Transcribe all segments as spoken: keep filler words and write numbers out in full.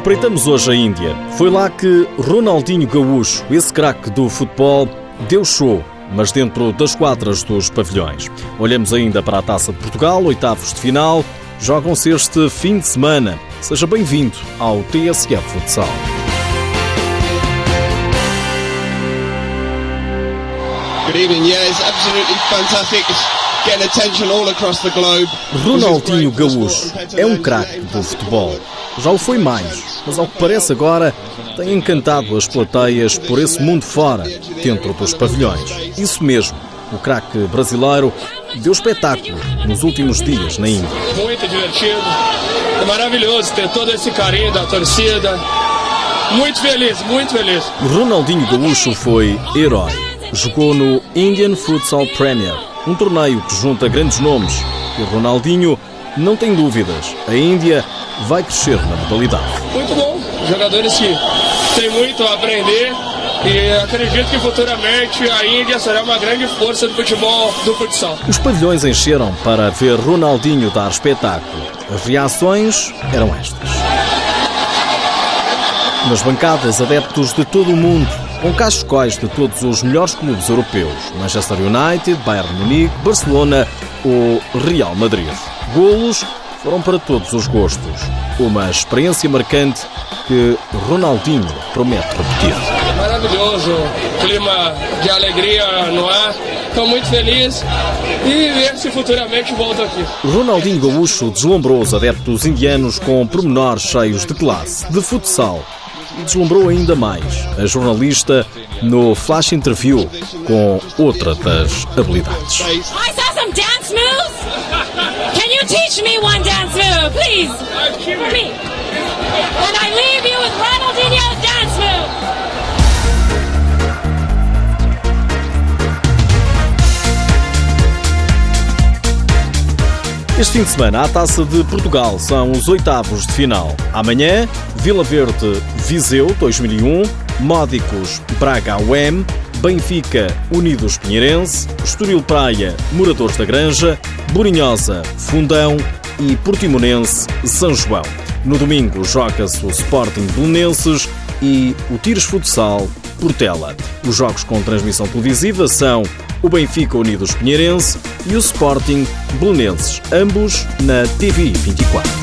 Espreitamos hoje a Índia. Foi lá que Ronaldinho Gaúcho, esse craque do futebol, deu show, mas dentro das quadras dos pavilhões. Olhamos ainda para a Taça de Portugal, oitavos de final. Jogam-se este fim de semana. Seja bem-vindo ao T S F Futsal. Good evening. Yeah, it's absolutely fantastic. It's getting attention all across the globe. Ronaldinho Gaúcho é um craque do futebol. Já o foi mais, mas ao que parece agora tem encantado as plateias por esse mundo fora, dentro dos pavilhões. Isso mesmo, o craque brasileiro deu espetáculo nos últimos dias na Índia. Muito divertido, é maravilhoso ter todo esse carinho da torcida. Muito feliz, muito feliz. Ronaldinho Gaúcho foi herói. Jogou no Indian Futsal Premier, um torneio que junta grandes nomes. E Ronaldinho não tem dúvidas, a Índia vai crescer na modalidade. Muito bom, jogadores que têm muito a aprender e acredito que futuramente a Índia será uma grande força do futebol do futsal. Os pavilhões encheram para ver Ronaldinho dar espetáculo. As reações eram estas. Nas bancadas, adeptos de todo o mundo, com cascóis de todos os melhores clubes europeus: Manchester United, Bayern Munique, Barcelona ou Real Madrid. Golos foram para todos os gostos. Uma experiência marcante que Ronaldinho promete repetir. Maravilhoso, clima de alegria no ar. Estou muito feliz e ver se futuramente volto aqui. Ronaldinho Gaúcho deslumbrou os adeptos indianos com pormenores cheios de classe, de futsal. E deslumbrou ainda mais a jornalista no flash interview com outra das habilidades. I saw some dance moves. Can you teach me one dance move, please? Me. And I leave you with Ronaldinho's dance move. Este fim de semana, a Taça de Portugal são os oitavos de final. Amanhã, Vila Verde, Viseu, dois mil e um, Módicos, Braga, U E M, Benfica, Unidos Pinheirense, Estoril Praia, Moradores da Granja, Borinhosa, Fundão e Portimonense, São João. No domingo, joga-se o Sporting Belenenses e o Tires Futsal, Portela. Os jogos com transmissão televisiva são o Benfica Unidos Pinheirense e o Sporting Belenenses, ambos na T V vinte e quatro.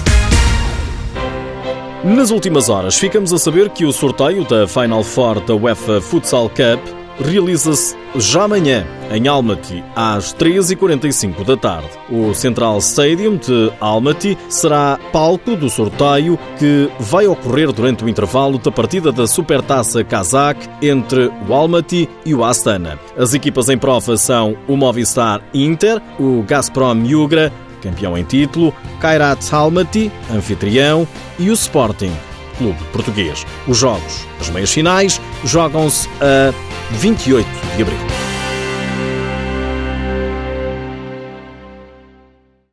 Nas últimas horas, ficamos a saber que o sorteio da Final Four da UEFA Futsal Cup realiza-se já amanhã, em Almaty, às treze e quarenta e cinco da tarde. O Central Stadium de Almaty será palco do sorteio que vai ocorrer durante o intervalo da partida da Supertaça Kazakh entre o Almaty e o Astana. As equipas em prova são o Movistar Inter, o Gazprom Yugra, campeão em título, Kairat Almaty, anfitrião, e o Sporting, clube português. Os jogos, as meias finais, jogam-se a vinte e oito de abril.